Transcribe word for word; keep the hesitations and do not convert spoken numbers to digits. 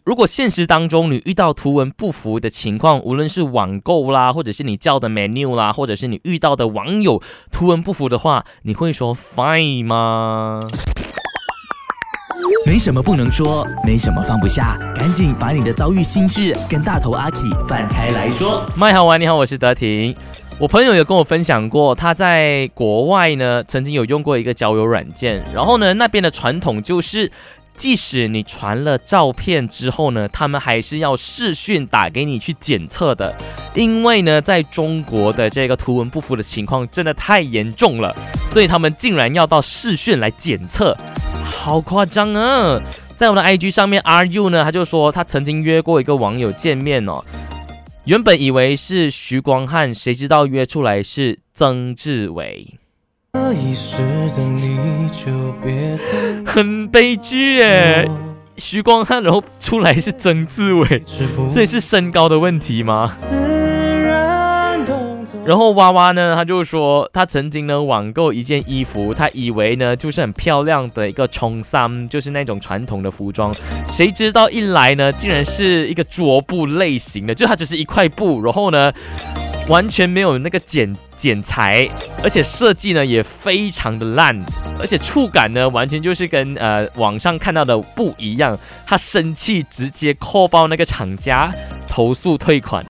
如果现实当中你遇到图文不符的情况，无论是网购啦，或者是你叫的 menu 啦，或者是你遇到的网友图文不符的话，你会说 fine 吗？ 没什么不能说，没什么放不下，赶紧把你的遭遇心事跟大头阿 K 放开来说。 麦好玩，你好，我是德廷。我朋友有跟我分享过，他在国外呢曾经有用过一个交友软件，然后呢那边的传统就是，即使你传了照片之后呢，他们还是要视讯打给你去检测的，因为呢在中国的这个图文不符的情况真的太严重了，所以他们竟然要到视讯来检测，好夸张啊！在我的 I G 上面 ，R U 呢他就说他曾经约过一个网友见面哦。原本以为是徐光汉，谁知道约出来是曾志伟，很悲剧耶！徐光汉，然后出来是曾志伟，所以是身高的问题吗？然后娃娃呢，他就说他曾经呢网购一件衣服，他以为呢就是很漂亮的一个冲衫，就是那种传统的服装，谁知道一来呢，竟然是一个桌布类型的，就它只是一块布，然后呢完全没有那个剪剪裁，而且设计呢也非常的烂，而且触感呢完全就是跟呃网上看到的不一样。他生气直接 call 爆那个厂家，投诉退款。